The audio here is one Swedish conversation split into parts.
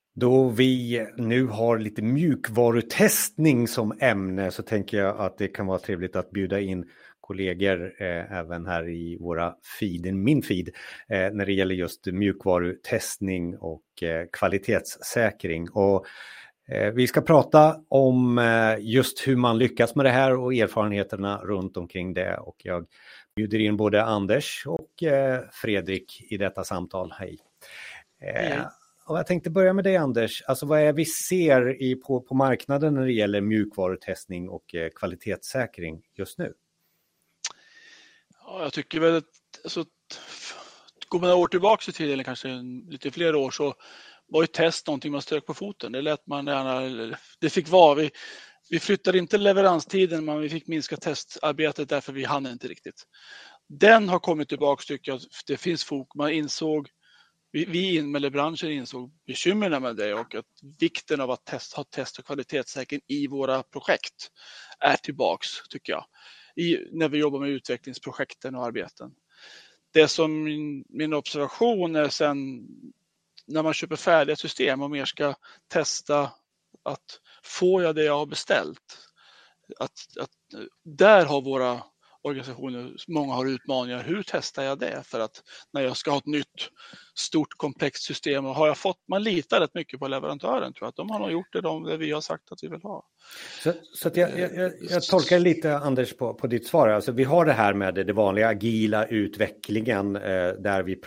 Då vi nu har lite mjukvarutestning som ämne så tänker jag att det kan vara trevligt att bjuda in kollegor även här i våra min feed när det gäller just mjukvarutestning och kvalitetssäkring. Och vi ska prata om just hur man lyckas med det här och erfarenheterna runt omkring det. Och jag bjuder in både Anders och Fredrik i detta samtal. Hej! Och jag tänkte börja med dig, Anders. Alltså vad är vi ser på marknaden när det gäller mjukvarutestning och kvalitetssäkring just nu? Ja, jag tycker väl att alltså, går man år tillbaka till eller kanske lite fler år så var ju test någonting man strök på foten. Det lät man gärna, det fick vara. Vi flyttade inte leveranstiden men vi fick minska testarbetet därför vi hann inte riktigt. Den har kommit tillbaka tycker jag. Det finns fog. Man insåg vi med branschen insåg bekymren med det och att vikten av att ha test och kvalitetssäkring i våra projekt är tillbaks tycker jag. När vi jobbar med utvecklingsprojekten och arbeten. Det som min observation är sen när man köper färdiga system och mer ska testa att får jag det jag har beställt. Att där har våra organisationer, många har utmaningar. Hur testar jag det? För att när jag ska ha ett nytt stort komplext system och har jag fått, man litar rätt mycket på leverantören tror jag att de har nog gjort det vi har sagt att vi vill ha. Så att jag tolkar lite Anders på ditt svar. Alltså vi har det här med det vanliga agila utvecklingen där vi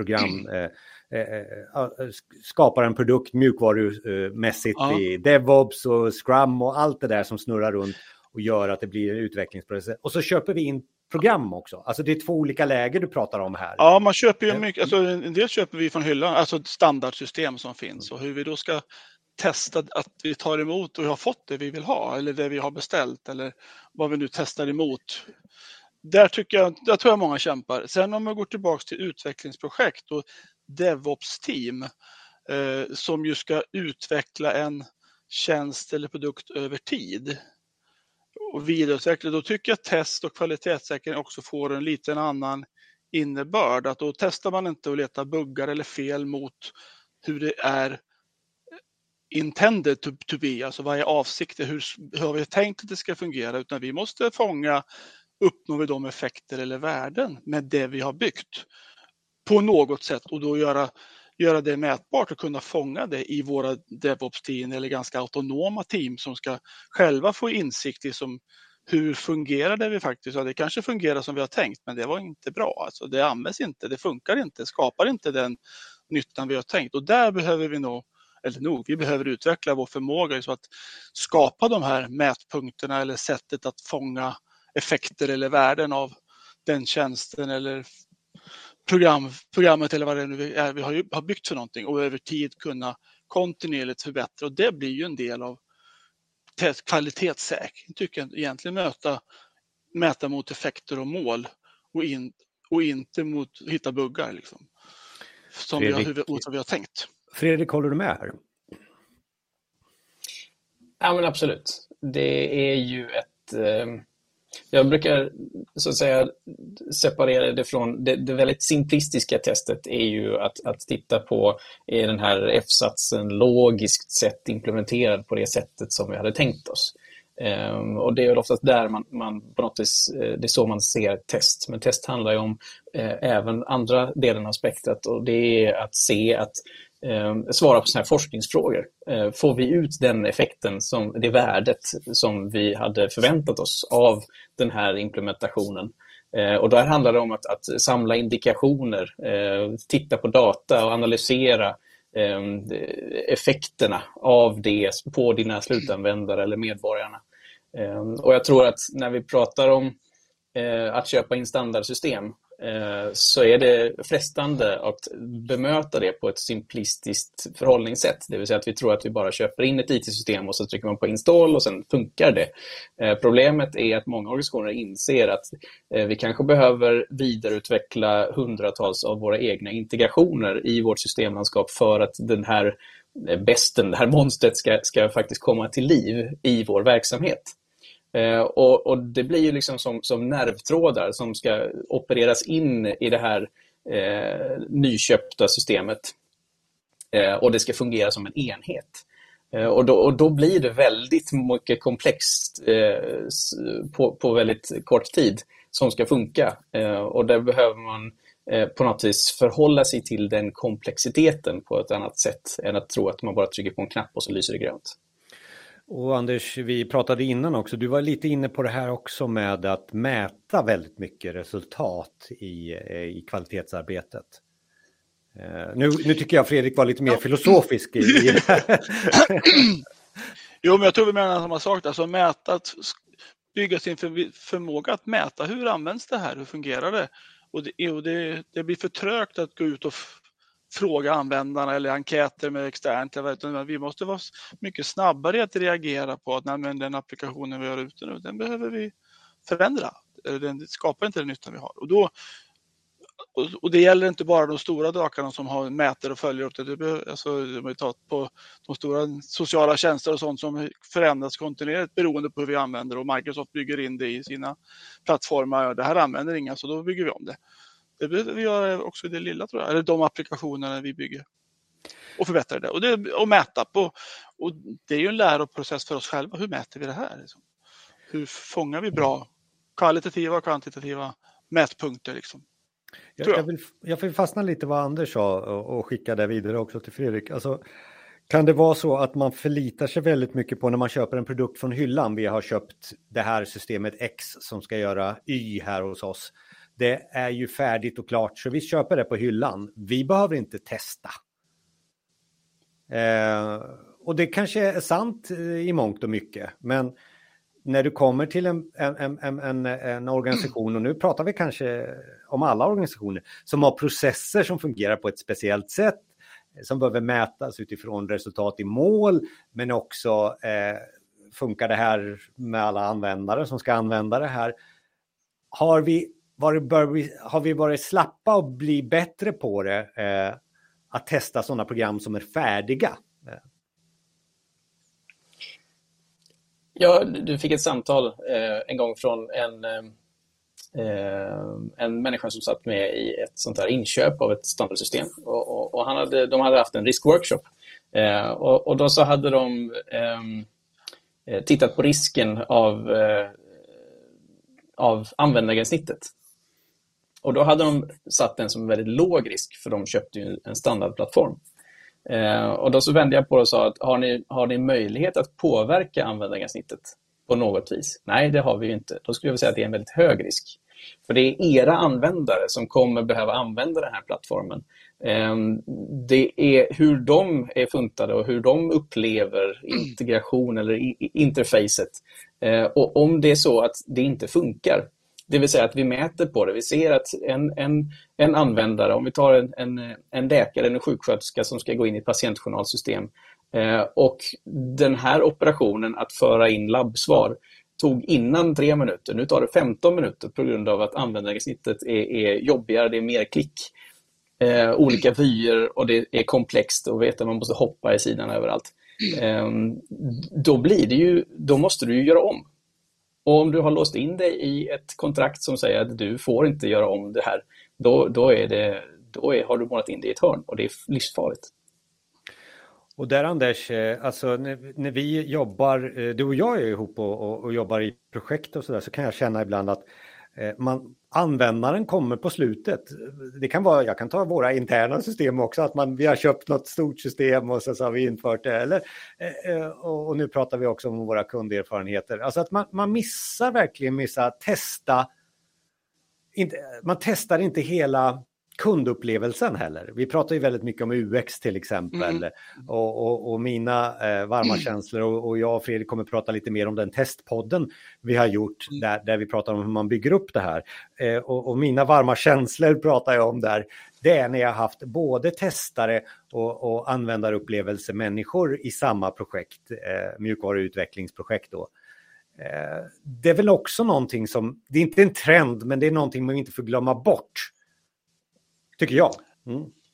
skapar en produkt mjukvarumässigt i DevOps och Scrum och allt det där som snurrar runt och gör att det blir en utvecklingsprocess. Och så köper vi in program också. Alltså det är två olika läger du pratar om här. Ja, man köper ju mycket. Alltså en del köper vi från hyllan, alltså ett standardsystem som finns. Och hur vi då ska testa att vi tar emot och har fått det vi vill ha. Eller det vi har beställt. Eller vad vi nu testar emot. Där tror jag många kämpar. Sen om man går tillbaka till utvecklingsprojekt och DevOps-team som ju ska utveckla en tjänst eller produkt över tid och vidareutveckla, då tycker jag att test och kvalitetssäkring också får en liten annan innebörd. Att då testar man inte att leta buggar eller fel mot hur det är intended to be, alltså vad är avsikten, hur har vi tänkt att det ska fungera, utan vi måste uppnår vi de effekter eller värden med det vi har byggt på något sätt och då göra det mätbart och kunna fånga det i våra DevOps-team eller ganska autonoma team som ska själva få insikt i hur fungerar det vi faktiskt har. Det kanske fungerar som vi har tänkt men det var inte bra. Alltså det används inte, det funkar inte, skapar inte den nyttan vi har tänkt. Och där behöver vi behöver utveckla vår förmåga så att skapa de här mätpunkterna eller sättet att fånga effekter eller värden av den tjänsten eller programmet eller vad det nu är vi har byggt för någonting och över tid kunna kontinuerligt förbättra. Och det blir ju en del av kvalitetssäkring. Tycker jag egentligen mäta mot effekter och mål och inte mot hitta buggar liksom. Som vi har tänkt. Fredrik, håller du med här? Ja men absolut. Det är ju jag brukar så att säga separera det från det väldigt simplistiska testet är ju att titta på är den här F-satsen logiskt sett implementerad på det sättet som vi hade tänkt oss. Och det är väl oftast där man på något vis, det är så man ser test. Men test handlar ju om även andra delen av spektrat och det är att se att svara på såna här forskningsfrågor. Får vi ut den effekten, det värdet som vi hade förväntat oss av den här implementationen? Och där handlar det om att samla indikationer, titta på data och analysera effekterna av det på dina slutanvändare eller medborgarna. Och jag tror att när vi pratar om att köpa in standardsystem så är det frestande att bemöta det på ett simplistiskt förhållningssätt. Det vill säga att vi tror att vi bara köper in ett IT-system och så trycker man på install och sen funkar det. Problemet är att många organisationer inser att vi kanske behöver vidareutveckla hundratals av våra egna integrationer i vårt systemlandskap för att den här det här monstret ska faktiskt komma till liv i vår verksamhet. Och det blir ju liksom som nervtrådar som ska opereras in i det här nyköpta systemet. och det ska fungera som en enhet. Och då blir det väldigt mycket komplext på väldigt kort tid som ska funka. Och där behöver man på något vis förhålla sig till den komplexiteten på ett annat sätt än att tro att man bara trycker på en knapp och så lyser det grönt. Och Anders, vi pratade innan också, du var lite inne på det här också med att mäta väldigt mycket resultat i kvalitetsarbetet. Nu tycker jag Fredrik var lite mer filosofisk i det här. Jo, men jag tror vi menar samma sak. Alltså bygga sin förmåga att mäta. Hur används det här? Hur fungerar det? Och det blir för trögt att gå ut och fråga användarna eller enkäter med externt. Vi måste vara mycket snabbare att reagera på att den applikationen vi har ute nu, den behöver vi förändra. Den skapar inte den nyttan vi har. Och det gäller inte bara de stora drakarna som har mäter och följer upp det. Alltså, de har tagit på de stora sociala tjänster och sånt som förändras kontinuerligt beroende på hur vi använder, och Microsoft bygger in det i sina plattformar. Det här använder inga, så då bygger vi om det. Det behöver vi göra också i det lilla, tror jag. Eller de applikationerna vi bygger. Och förbättra det. Och mäta på. Och det är ju en läroprocess för oss själva. Hur mäter vi det här? Liksom? Hur fångar vi bra kvalitativa och kvantitativa mätpunkter? Liksom? Jag vill fastna lite vad Anders sa och skicka det vidare också till Fredrik. Alltså, kan det vara så att man förlitar sig väldigt mycket på när man köper en produkt från hyllan? Vi har köpt det här systemet X som ska göra Y här hos oss. Det är ju färdigt och klart, så vi köper det på hyllan. Vi behöver inte testa. Och det kanske är sant i mångt och mycket. Men när du kommer till en organisation, och nu pratar vi kanske om alla organisationer, som har processer som fungerar på ett speciellt sätt, som behöver mätas utifrån resultat i mål, men också funkar det här med alla användare som ska använda det här. Har vi varit slappa och bli bättre på det, att testa sådana program som är färdiga? Ja, du fick ett samtal en gång från en människa som satt med i ett sånt här inköp av ett standardsystem. Och de hade haft en riskworkshop. Och då så hade de tittat på risken av användargränssnittet. Och då hade de satt den som väldigt låg risk, för de köpte ju en standardplattform. Och då så vände jag på det och sa att har ni möjlighet att påverka användargränssnittet på något vis? Nej, det har vi ju inte. Då skulle jag vilja säga att det är en väldigt hög risk. För det är era användare som kommer behöva använda den här plattformen. Det är hur de är funtade och hur de upplever integration eller interfacet. Och om det är så att det inte funkar, det vill säga att vi mäter på det. Vi ser att en användare, om vi tar en läkare eller en sjuksköterska som ska gå in i ett patientjournalsystem, och den här operationen att föra in labbsvar tog innan 3 minuter. Nu tar det 15 minuter på grund av att användargränssnittet är jobbigare, det är mer klick, olika vyer, och det är komplext och vet att man måste hoppa i sidan överallt. Då måste du ju göra om. Och om du har låst in dig i ett kontrakt som säger att du får inte göra om det här, då har du målat in dig i ett hörn, och det är livsfarligt. Och där Anders, alltså när vi jobbar, du och jag är ihop och jobbar i projekt och sådär, så kan jag känna ibland att användaren kommer på slutet. Det kan vara, jag kan ta våra interna system också, att vi har köpt något stort system och så har vi infört det. Och nu pratar vi också om våra kunderfarenheter. Alltså att man verkligen testa. Man testar inte hela kundupplevelsen heller. Vi pratar ju väldigt mycket om UX till exempel. Och mina varma känslor, och jag och Fredrik kommer prata lite mer om den testpodden vi har gjort där vi pratar om hur man bygger upp det här. Och mina varma känslor pratar jag om där. Det är när jag har haft både testare och användarupplevelsemänniskor i samma projekt, mjukvaruutvecklingsprojekt då. Det är väl också någonting som, det är inte en trend, men det är någonting man inte får glömma bort. Tycker jag.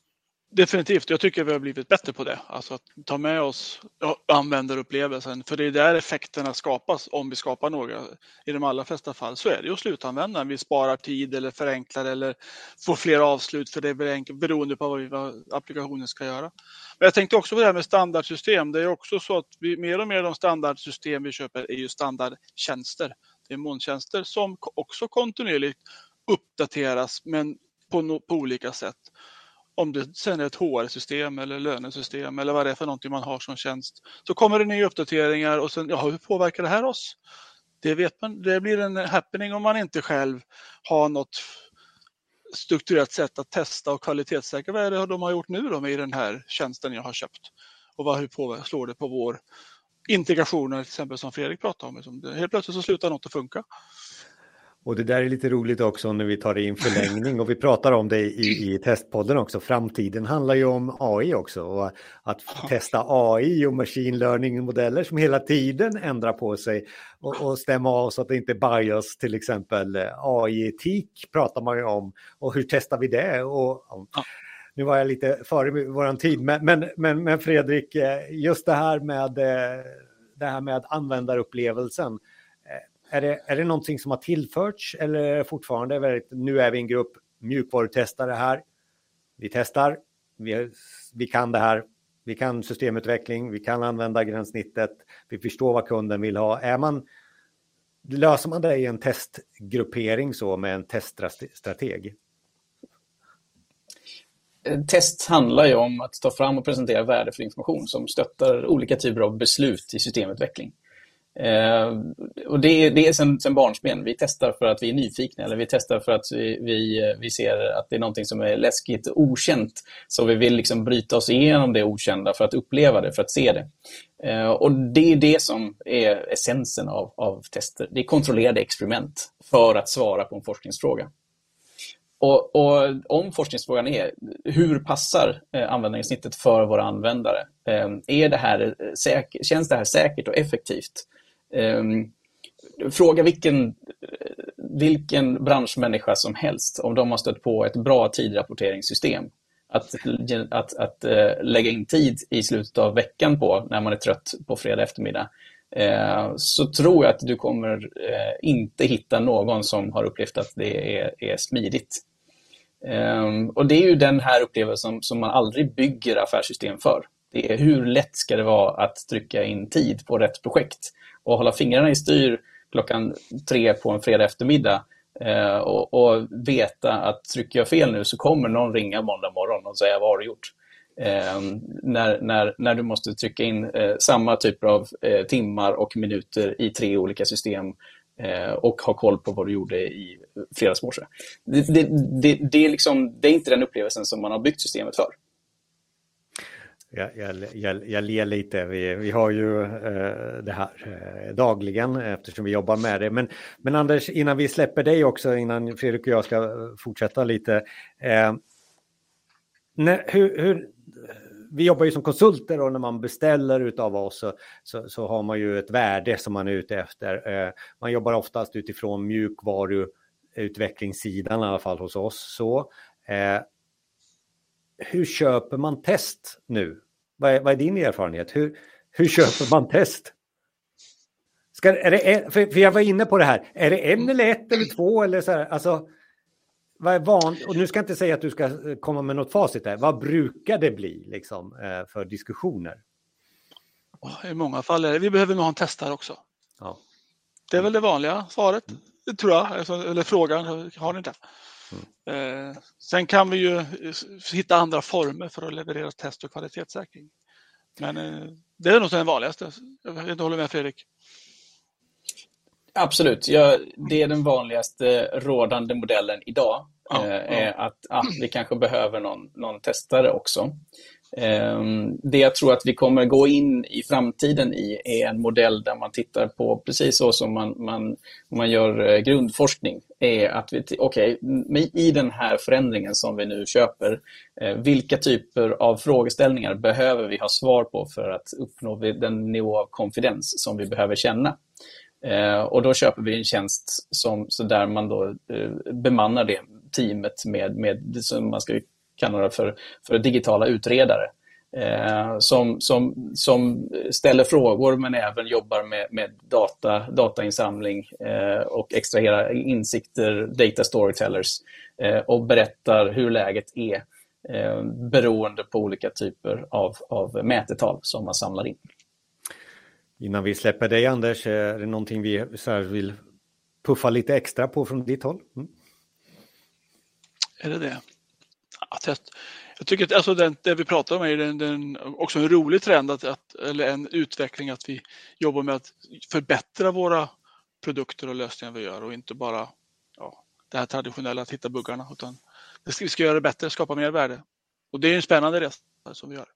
Definitivt, jag tycker vi har blivit bättre på det. Alltså att ta med oss användarupplevelsen. För det är där effekterna skapas om vi skapar några. I de allra flesta fall så är det ju slutanvändaren. Vi sparar tid eller förenklar eller får fler avslut för det är enkelt, beroende på vad applikationen ska göra. Men jag tänkte också på det här med standardsystem. Det är också så att mer och mer de standardsystem vi köper är ju standardtjänster. Det är molntjänster som också kontinuerligt uppdateras men på olika sätt. Om det sen är ett HR-system eller lönesystem eller vad det är för någonting man har som tjänst, så kommer det nya uppdateringar och sen, hur påverkar det här oss? Det vet man, det blir en happening om man inte själv har något strukturerat sätt att testa och kvalitetssäkra. Vad är det de har gjort nu då med den här tjänsten jag har köpt? Och hur slår det på vår integration till exempel som Fredrik pratade om? Helt plötsligt så slutar något att funka. Och det där är lite roligt också när vi tar det i en förlängning och vi pratar om det i testpodden också. Framtiden handlar ju om AI också och att testa AI och machine learning-modeller som hela tiden ändrar på sig och stämma av så att det inte är bias, till exempel. AI-etik pratar man ju om och hur testar vi det? Nu var jag lite före våran tid, men Fredrik, just det här med användarupplevelsen. Är det någonting som har tillförts eller är det fortfarande nu är vi en grupp mjukvarutestare här. Vi testar, vi kan det här, vi kan systemutveckling, vi kan använda gränssnittet, vi förstår vad kunden vill ha. Löser man det i en testgruppering så med en teststrateg? Test handlar ju om att ta fram och presentera värdefull information som stöttar olika typer av beslut i systemutveckling. Och det är sen barnsben. Vi testar för att vi är nyfikna eller vi testar för att vi ser att det är någonting som är läskigt och okänt, så vi vill liksom bryta oss igenom det okända för att uppleva det, för att se det. Och det är det som är essensen av tester. Det är kontrollerade experiment för att svara på en forskningsfråga. Och om forskningsfrågan är hur passar användarsnittet för våra användare? Känns det här säkert och effektivt? Fråga vilken branschmänniska som helst om de har stött på ett bra tidrapporteringssystem att lägga in tid i slutet av veckan på när man är trött på fredag eftermiddag, så tror jag att du kommer inte hitta någon som har upplevt att det är smidigt. Och det är ju den här upplevelsen som man aldrig bygger affärssystem för. Det är hur lätt ska det vara att trycka in tid på rätt projekt och hålla fingrarna i styr 3:00 på en fredag eftermiddag och veta att trycker jag fel nu så kommer någon ringa måndag morgon och säga vad har du gjort? När du måste trycka in samma typer av timmar och minuter i 3 olika system och ha koll på vad du gjorde i fredagsmorse. Det är inte den upplevelsen som man har byggt systemet för. Jag ler lite. Vi har ju det här dagligen eftersom vi jobbar med det. Men Anders, innan vi släpper dig också, innan Fredrik och jag ska fortsätta lite. Vi jobbar ju som konsulter och när man beställer utav oss så har man ju ett värde som man är ute efter. Man jobbar oftast utifrån mjukvaruutvecklingssidan i alla fall hos oss. Så hur köper man test nu? Vad är din erfarenhet? Hur köper man test? För jag var inne på det här. Är det 1 eller 1 eller 2 eller så här? Alltså, vad är vanligt? Och nu ska jag inte säga att du ska komma med något facit där. Vad brukar det bli liksom, för diskussioner? I många fall är det. Vi behöver nog ha en testare också. Ja. Det är väl det vanliga svaret, tror jag. Eller frågan, har ni inte? Sen kan vi ju hitta andra former för att leverera test och kvalitetssäkring. Men det är nog den vanligaste. Jag vet inte, håller med Fredrik. Absolut. Det är den vanligaste rådande modellen idag. Är att vi kanske behöver någon testare också. Det jag tror att vi kommer gå in i framtiden i är en modell där man tittar på precis så som man gör grundforskning. Är att i den här förändringen som vi nu köper, vilka typer av frågeställningar behöver vi ha svar på för att uppnå den nivå av konfidens som vi behöver känna. Och då köper vi en tjänst så där man då bemannar det teamet med som man ska kallar det för digitala utredare. Som ställer frågor men även jobbar med datainsamling och extraherar insikter, data storytellers, och berättar hur läget är beroende på olika typer av mätetal som man samlar in. Innan vi släpper dig, Anders, är det någonting vi så här vill puffa lite extra på från ditt håll? Är det? Jag tycker att alltså det vi pratar om är också en rolig trend eller en utveckling att vi jobbar med att förbättra våra produkter och lösningar vi gör och inte bara det här traditionella att hitta buggarna, utan vi ska göra det bättre, skapa mer värde. Och det är en spännande resa som vi gör.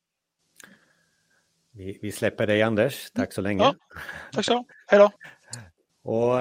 Vi släpper dig, Anders. Tack så länge. Ja, tack så. Hej då. Och,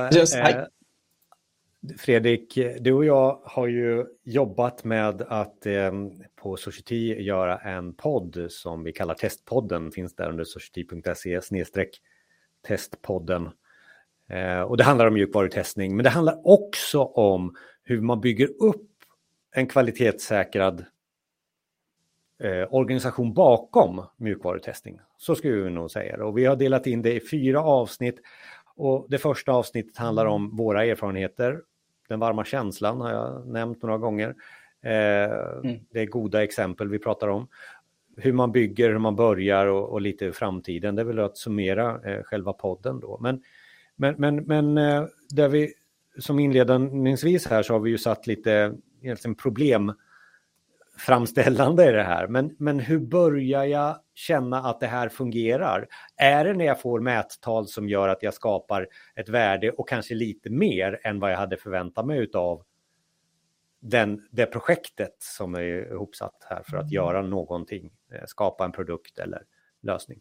Fredrik, du och jag har ju jobbat med att på Society göra en podd som vi kallar Testpodden. Finns där under society.se/testpodden. Och det handlar om mjukvarutestning, men det handlar också om hur man bygger upp en kvalitetssäkrad organisation bakom mjukvarutestning. Så skulle vi nog säga. Och vi har delat in det i 4 avsnitt. Och det första avsnittet handlar om våra erfarenheter. Den varma känslan har jag nämnt några gånger. Det är goda exempel vi pratar om. Hur man bygger, hur man börjar och lite i framtiden. Det är väl att summera själva podden då. Men där vi som inledningsvis här så har vi ju satt lite egentligen problemframställande i det här. Men hur börjar jag känna att det här fungerar? Är det när jag får mättal som gör att jag skapar ett värde och kanske lite mer än vad jag hade förväntat mig utav det projektet som är ihopsatt här för att göra någonting, skapa en produkt eller lösning?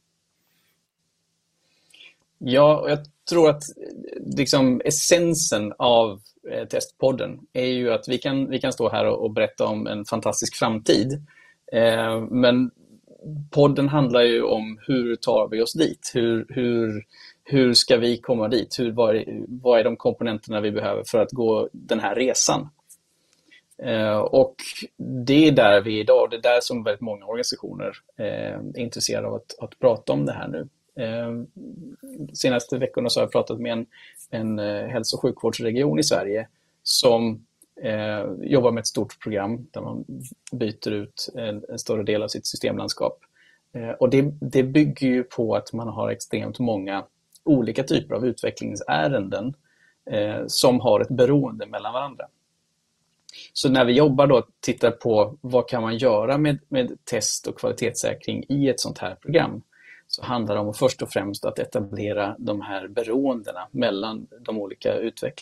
Ja, jag tror att liksom essensen av Testpodden är ju att vi kan stå här och berätta om en fantastisk framtid. Men podden handlar ju om hur tar vi oss dit? Hur ska vi komma dit? Vad är de komponenterna vi behöver för att gå den här resan? Och det är där vi är idag. Det är där som väldigt många organisationer är intresserade av att prata om det här nu. Senaste veckorna så har jag pratat med en hälso- och sjukvårdsregion i Sverige som jobbar med ett stort program där man byter ut en större del av sitt systemlandskap. Och det bygger ju på att man har extremt många olika typer av utvecklingsärenden som har ett beroende mellan varandra. Så när vi jobbar då och tittar på vad kan man göra med test och kvalitetssäkring i ett sånt här program, så handlar det om först och främst att etablera de här beroendena mellan de olika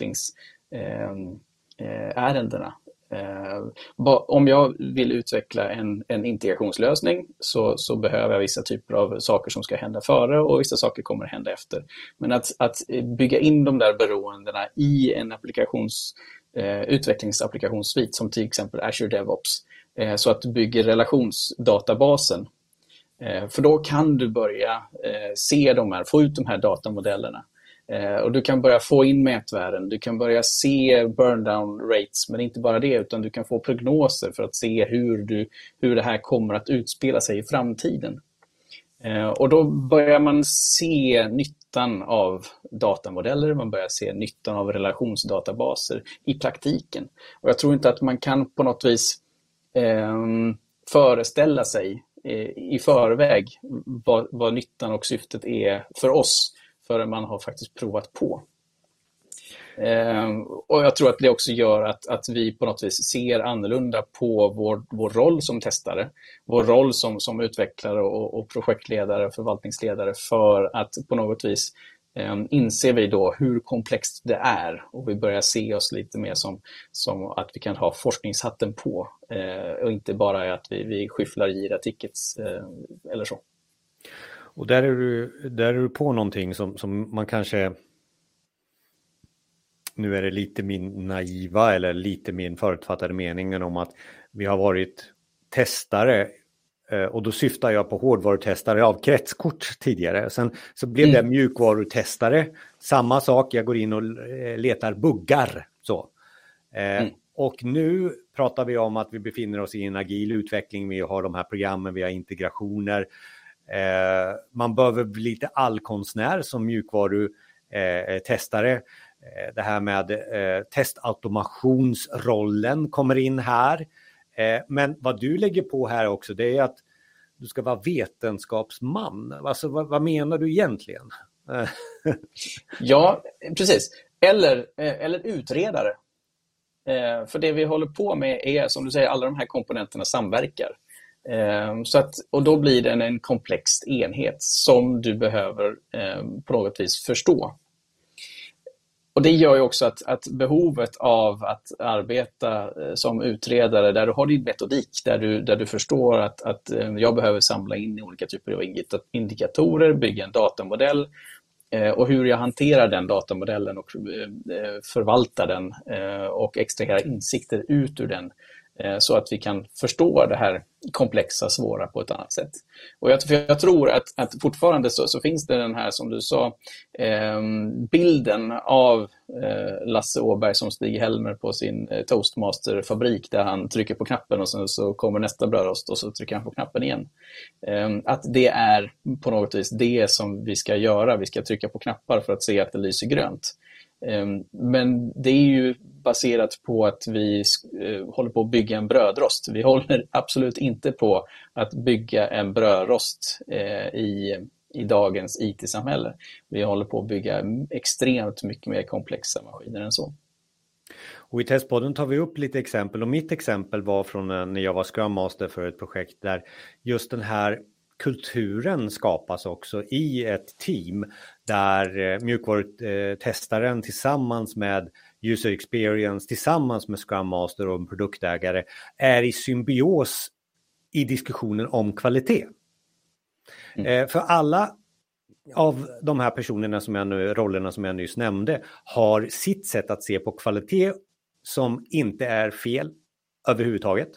utvecklingsärendena. Om jag vill utveckla en integrationslösning så behöver jag vissa typer av saker som ska hända före och vissa saker kommer att hända efter. Men att bygga in de där beroendena i en utvecklingsapplikationssuite som till exempel Azure DevOps, så att du bygger relationsdatabasen. För då kan du börja få ut de här datamodellerna. Och du kan börja få in mätvärden, du kan börja se burn down rates, men inte bara det, utan du kan få prognoser för att se hur det här kommer att utspela sig i framtiden. Och då börjar man se nyttan av datamodeller, man börjar se nyttan av relationsdatabaser i praktiken. Och jag tror inte att man kan på något vis föreställa sig i förväg vad nyttan och syftet är för oss förrän man har faktiskt provat på. Och jag tror att det också gör att vi på något vis ser annorlunda på vår roll som testare, vår roll som utvecklare och projektledare och förvaltningsledare, för att på något vis inser vi då hur komplext det är, och vi börjar se oss lite mer som att vi kan ha forskningshatten på och inte bara att vi skyfflar i tickets eller så. Och där är du på någonting som man kanske, nu är det lite min naiva eller lite min förutfattade meningen om att vi har varit testare, och då syftar jag på hårdvarutestare av kretskort tidigare. Sen så blev det mjukvarutestare, samma sak, jag går in och letar buggar. Så. Och nu pratar vi om att vi befinner oss i en agil utveckling. Vi har de här programmen, vi har integrationer. Man behöver bli lite allkonstnär som mjukvarutestare. Det här med testautomationsrollen kommer in här. Men vad du lägger på här också, det är att du ska vara vetenskapsman. Alltså, vad menar du egentligen? Ja, precis. Eller utredare. För det vi håller på med är, som du säger, alla de här komponenterna samverkar. Och då blir det en komplex enhet som du behöver på något vis förstå. Och det gör ju också att behovet av att arbeta som utredare där du har din metodik, där du förstår att jag behöver samla in olika typer av indikatorer, bygga en datamodell och hur jag hanterar den datamodellen och förvaltar den och extraherar insikter ut ur den så att vi kan förstå det här komplexa, svåra på ett annat sätt. Och jag tror att fortfarande så finns det den här, som du sa, bilden av Lasse Åberg som Stig-Helmer på sin Toastmaster-fabrik där han trycker på knappen och sen så kommer nästa brödrost och så trycker han på knappen igen. Att det är på något vis det som vi ska göra. Vi ska trycka på knappar för att se att det lyser grönt. Men det är ju baserat på att vi håller på att bygga en brödrost. Vi håller absolut inte på att bygga en brödrost i dagens IT-samhälle. Vi håller på att bygga extremt mycket mer komplexa maskiner än så. Och i testpodden tar vi upp lite exempel, och mitt exempel var från när jag var Scrum Master för ett projekt där just den här kulturen skapas också i ett team där mjukvarutestaren tillsammans med user experience, tillsammans med Scrum Master och en produktägare är i symbios i diskussionen om kvalitet. För alla av de här personerna rollerna som jag nyss nämnde har sitt sätt att se på kvalitet som inte är fel överhuvudtaget.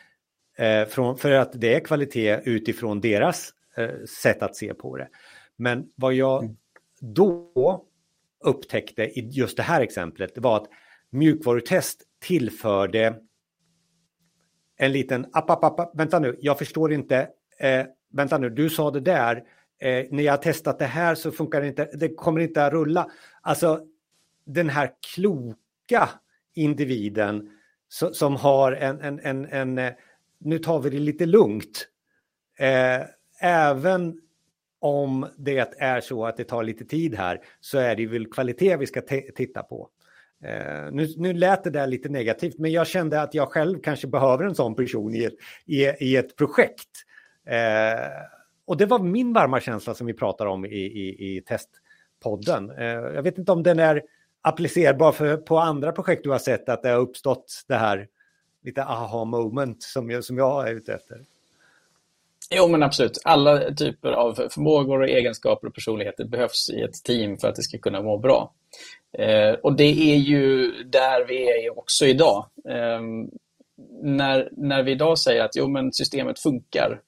För att det är kvalitet utifrån deras sätt att se på det. Men vad jag då upptäckte i just det här exemplet var att mjukvarutest tillförde en liten vänta nu, jag förstår inte, vänta nu, du sa det där, när jag har testat det här så funkar det inte, det kommer inte att rulla. Alltså den här kloka individen som har en nu tar vi det lite lugnt. Även om det är så att det tar lite tid här så är det väl kvalitet vi ska titta på. Nu lät det där lite negativt, men jag kände att jag själv kanske behöver en sån person i ett projekt. Och det var min varma känsla som vi pratar om i testpodden. Jag vet inte om den är applicerbar på andra projekt du har sett, att det har uppstått det här lite aha moment som jag är ute efter. Jo, men absolut. Alla typer av förmågor och egenskaper och personligheter behövs i ett team för att det ska kunna må bra. Och det är ju där vi är också idag. När vi idag säger att men systemet funkar,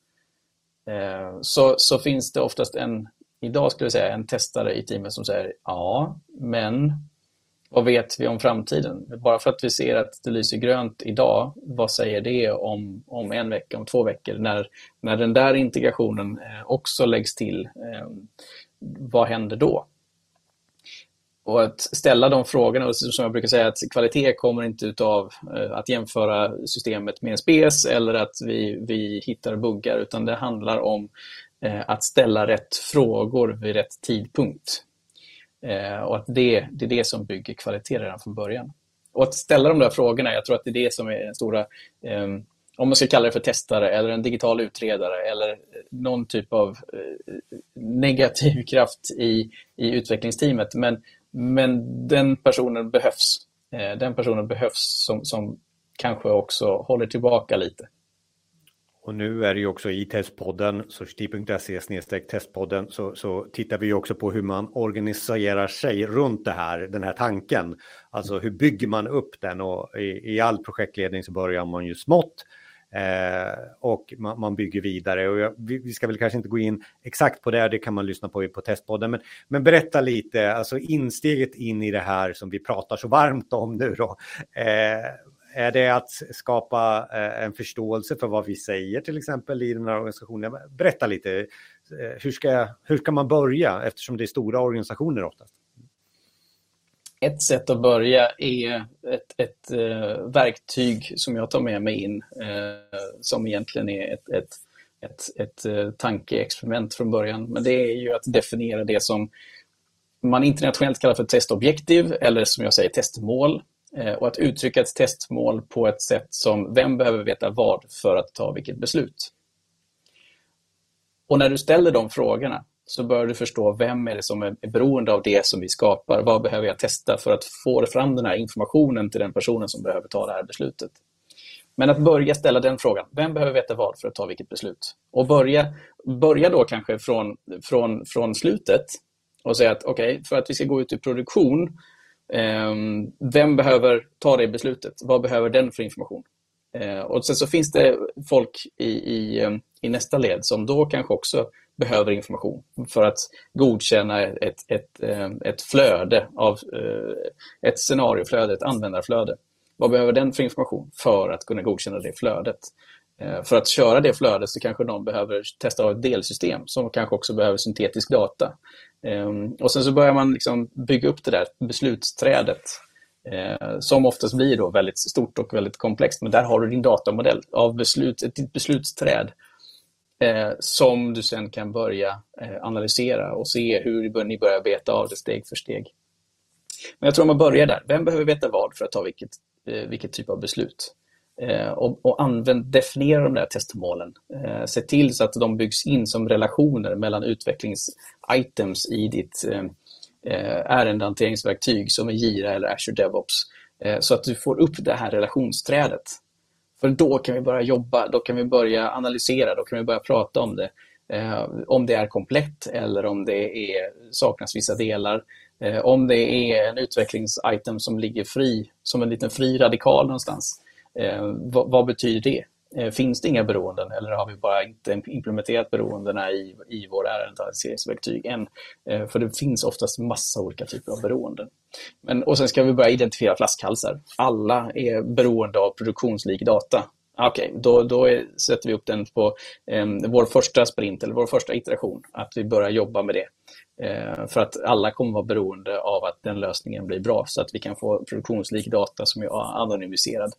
så finns det oftast idag skulle jag säga en testare i teamet som säger ja, men vad vet vi om framtiden? Bara för att vi ser att det lyser grönt idag, vad säger det om en vecka, om 2 veckor? När den där integrationen också läggs till, vad händer då? Och att ställa de frågorna, och som jag brukar säga, att kvalitet kommer inte utav att jämföra systemet med en spes eller att vi hittar buggar, utan det handlar om att ställa rätt frågor vid rätt tidpunkt. Och att det är det som bygger kvalitet redan från början. Och att ställa de där frågorna, jag tror att det är det som är den stora, om man ska kalla det för testare eller en digital utredare eller någon typ av negativ kraft i utvecklingsteamet. Men den personen behövs. Den personen behövs som kanske också håller tillbaka lite. Och nu är det ju också i testpodden, society.se/testpodden, så tittar vi också på hur man organiserar sig runt den här tanken. Alltså hur bygger man upp den, och i all projektledning så börjar man ju smått och man bygger vidare. Och vi ska väl kanske inte gå in exakt på det kan man lyssna på testpodden. Men berätta lite, alltså insteget in i det här som vi pratar så varmt om nu då. Är det att skapa en förståelse för vad vi säger till exempel i den här organisationen? Berätta lite, hur ska man börja eftersom det är stora organisationer oftast? Ett sätt att börja är ett verktyg som jag tar med mig in som egentligen är ett tankeexperiment från början. Men det är ju att definiera det som man internationellt kallar för testobjektiv eller som jag säger testmål. Och att uttrycka ett testmål på ett sätt som vem behöver veta vad för att ta vilket beslut. Och när du ställer de frågorna så bör du förstå vem är det som är beroende av det som vi skapar. Vad behöver jag testa för att få fram den här informationen till den personen som behöver ta det här beslutet. Men att börja ställa den frågan, vem behöver veta vad för att ta vilket beslut? Och börja då kanske från slutet och säga att okej, för att vi ska gå ut i produktion, vem behöver ta det beslutet? Vad behöver den för information? Och sen så finns det folk i nästa led som då kanske också behöver information för att godkänna ett flöde av ett scenarioflöde, ett användarflöde. Vad behöver den för information för att kunna godkänna det flödet? För att köra det flödet så kanske de behöver testa av ett delsystem som kanske också behöver syntetisk data. Och sen så börjar man liksom bygga upp det där beslutsträdet som oftast blir då väldigt stort och väldigt komplext. Men där har du din datamodell av ett beslutsträd som du sen kan börja analysera och se hur ni börjar beta av det steg för steg. Men jag tror man börjar där. Vem behöver veta vad för att ta vilket typ av beslut? Och definiera de där testmålen. Se till så att de byggs in som relationer mellan utvecklingsitems i ditt ärendehanteringsverktyg som är Jira eller Azure DevOps. Så att du får upp det här relationsträdet. För då kan vi börja jobba, då kan vi börja analysera, då kan vi börja prata om det. Om det är komplett eller om det saknas vissa delar. Om det är en utvecklingsitem som ligger fri, som en liten fri radikal någonstans. Vad betyder det? Finns det inga beroenden eller har vi bara inte implementerat beroendena i våra ärendehanteringsverktyg än? För det finns oftast massa olika typer av beroenden. Och sen ska vi börja identifiera flaskhalsar. Alla är beroende av produktionslik data. Okej, då sätter vi upp den på vår första sprint eller vår första iteration. Att vi börjar jobba med det. För att alla kommer vara beroende av att den lösningen blir bra så att vi kan få produktionslik data som är anonymiserad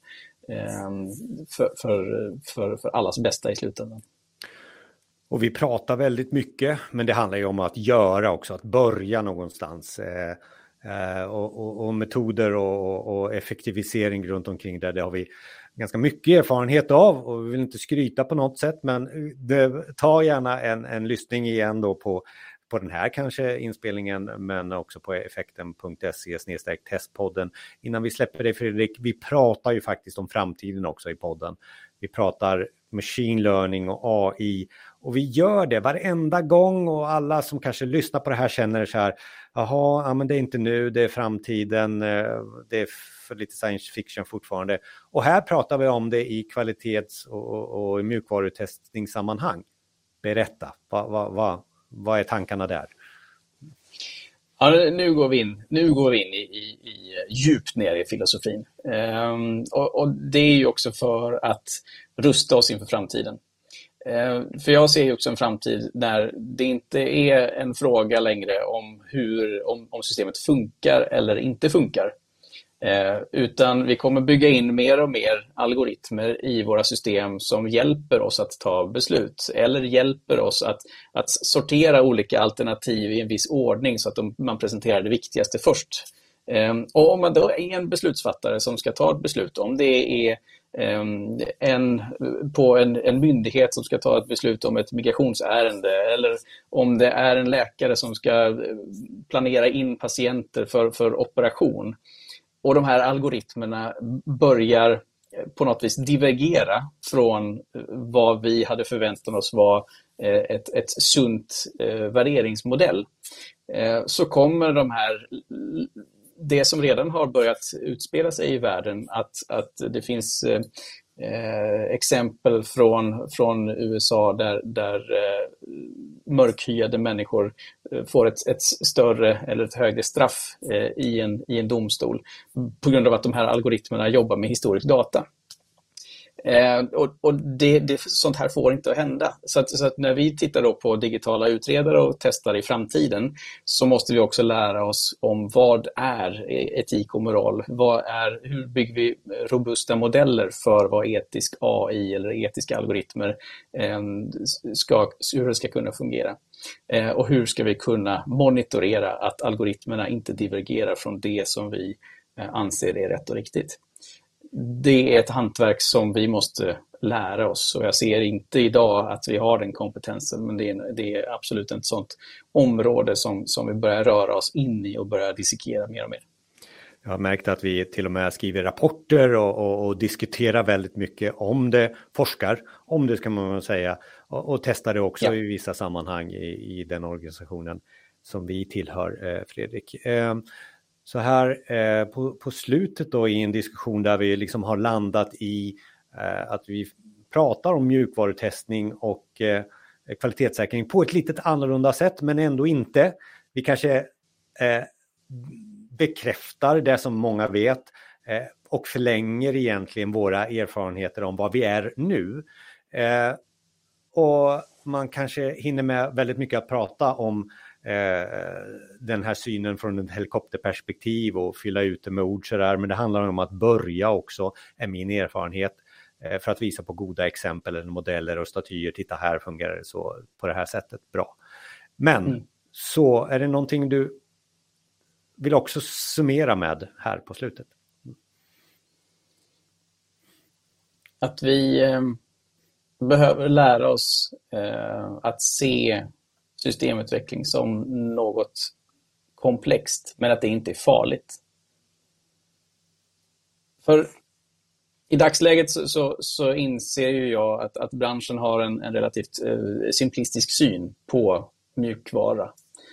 för allas bästa i slutändan. Och vi pratar väldigt mycket, men det handlar ju om att göra också, att börja någonstans. Och metoder och effektivisering runt omkring det har vi ganska mycket erfarenhet av och vi vill inte skryta på något sätt, men ta gärna en lyssning igen då på den här kanske inspelningen, men också på effekten.se/testpodden. Innan vi släpper det, Fredrik, vi pratar ju faktiskt om framtiden också i podden. Vi pratar machine learning och AI och vi gör det varenda gång och alla som kanske lyssnar på det här känner så här, jaha, men det är inte nu, det är framtiden, det är för lite science fiction fortfarande. Och här pratar vi om det i kvalitets- och mjukvarutestningssammanhang. Berätta, vad är tankarna där? Ja, nu går vi in i djupt ner i filosofin. Och det är ju också för att rusta oss inför framtiden. För jag ser ju också en framtid där det inte är en fråga längre om systemet funkar eller inte funkar. Utan vi kommer bygga in mer och mer algoritmer i våra system som hjälper oss att ta beslut eller hjälper oss att sortera olika alternativ i en viss ordning så att man presenterar det viktigaste först. Och om man då är en beslutsfattare som ska ta ett beslut, om det är på en myndighet som ska ta ett beslut om ett migrationsärende eller om det är en läkare som ska planera in patienter för operation. Och de här algoritmerna börjar på något vis divergera från vad vi hade förväntat oss var ett sunt värderingsmodell. Så kommer det som redan har börjat utspela sig i världen, att det finns exempel från USA där mörkhyade människor får ett större eller ett högre straff i en domstol på grund av att de här algoritmerna jobbar med historisk data. Och sånt här får inte att hända. Så att när vi tittar då på digitala utredare och testar i framtiden, så måste vi också lära oss om vad är etik och moral. Hur bygger vi robusta modeller för vad etisk AI eller etiska algoritmer hur det ska kunna fungera. Och hur ska vi kunna monitorera att algoritmerna inte divergerar från det som vi anser är rätt och riktigt. Det är ett hantverk som vi måste lära oss, och jag ser inte idag att vi har den kompetensen, men det är absolut ett sånt område som vi börjar röra oss in i och börjar dissekera mer och mer. Jag har märkt att vi till och med skriver rapporter och diskuterar väldigt mycket om det, forskar om det ska man säga, och testar det också i vissa sammanhang i den organisationen som vi tillhör, Fredrik. Så här på slutet då i en diskussion där vi liksom har landat i att vi pratar om mjukvarutestning och kvalitetssäkring på ett lite annorlunda sätt, men ändå inte. Vi kanske bekräftar det som många vet och förlänger egentligen våra erfarenheter om vad vi är nu. Och man kanske hinner med väldigt mycket att prata om den här synen från ett helikopterperspektiv och fylla ut det med ord sådär, men det handlar om att börja också, är min erfarenhet, för att visa på goda exempel eller modeller och statyer. Titta, här fungerar det så på det här sättet bra. Men så är det någonting du vill också summera med här på slutet? Att vi behöver lära oss att se systemutveckling som något komplext, men att det inte är farligt. För i dagsläget så inser ju jag att branschen har en relativt simplistisk syn på mjukvara.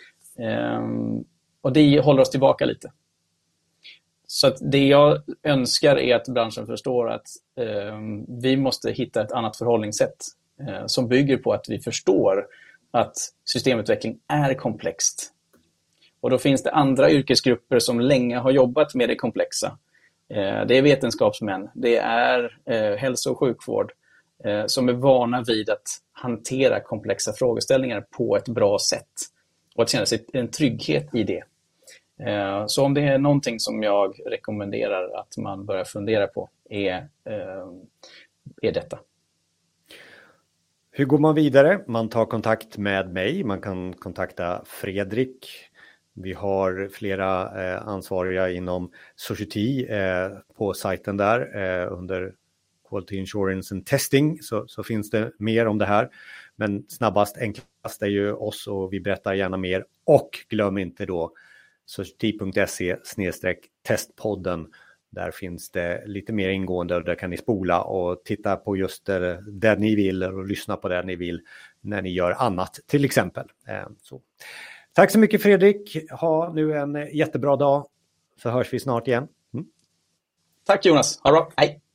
Och det håller oss tillbaka lite. Så att det jag önskar är att branschen förstår att vi måste hitta ett annat förhållningssätt som bygger på att vi förstår att systemutveckling är komplext. Och då finns det andra yrkesgrupper som länge har jobbat med det komplexa. Det är vetenskapsmän, det är hälso- och sjukvård som är vana vid att hantera komplexa frågeställningar på ett bra sätt. Och att känna sig en trygghet i det. Så om det är någonting som jag rekommenderar att man börjar fundera på är detta. Hur går man vidare? Man tar kontakt med mig, man kan kontakta Fredrik. Vi har flera ansvariga inom Society på sajten där under Quality Insurance and Testing, så finns det mer om det här. Men snabbast, enklast är ju oss, och vi berättar gärna mer. Och glöm inte då society.se/testpodden. Där finns det lite mer ingående, och där kan ni spola och titta på just det ni vill och lyssna på det ni vill när ni gör annat till exempel. Så. Tack så mycket Fredrik. Ha nu en jättebra dag, så hörs vi snart igen. Tack Jonas, ha det bra, hej!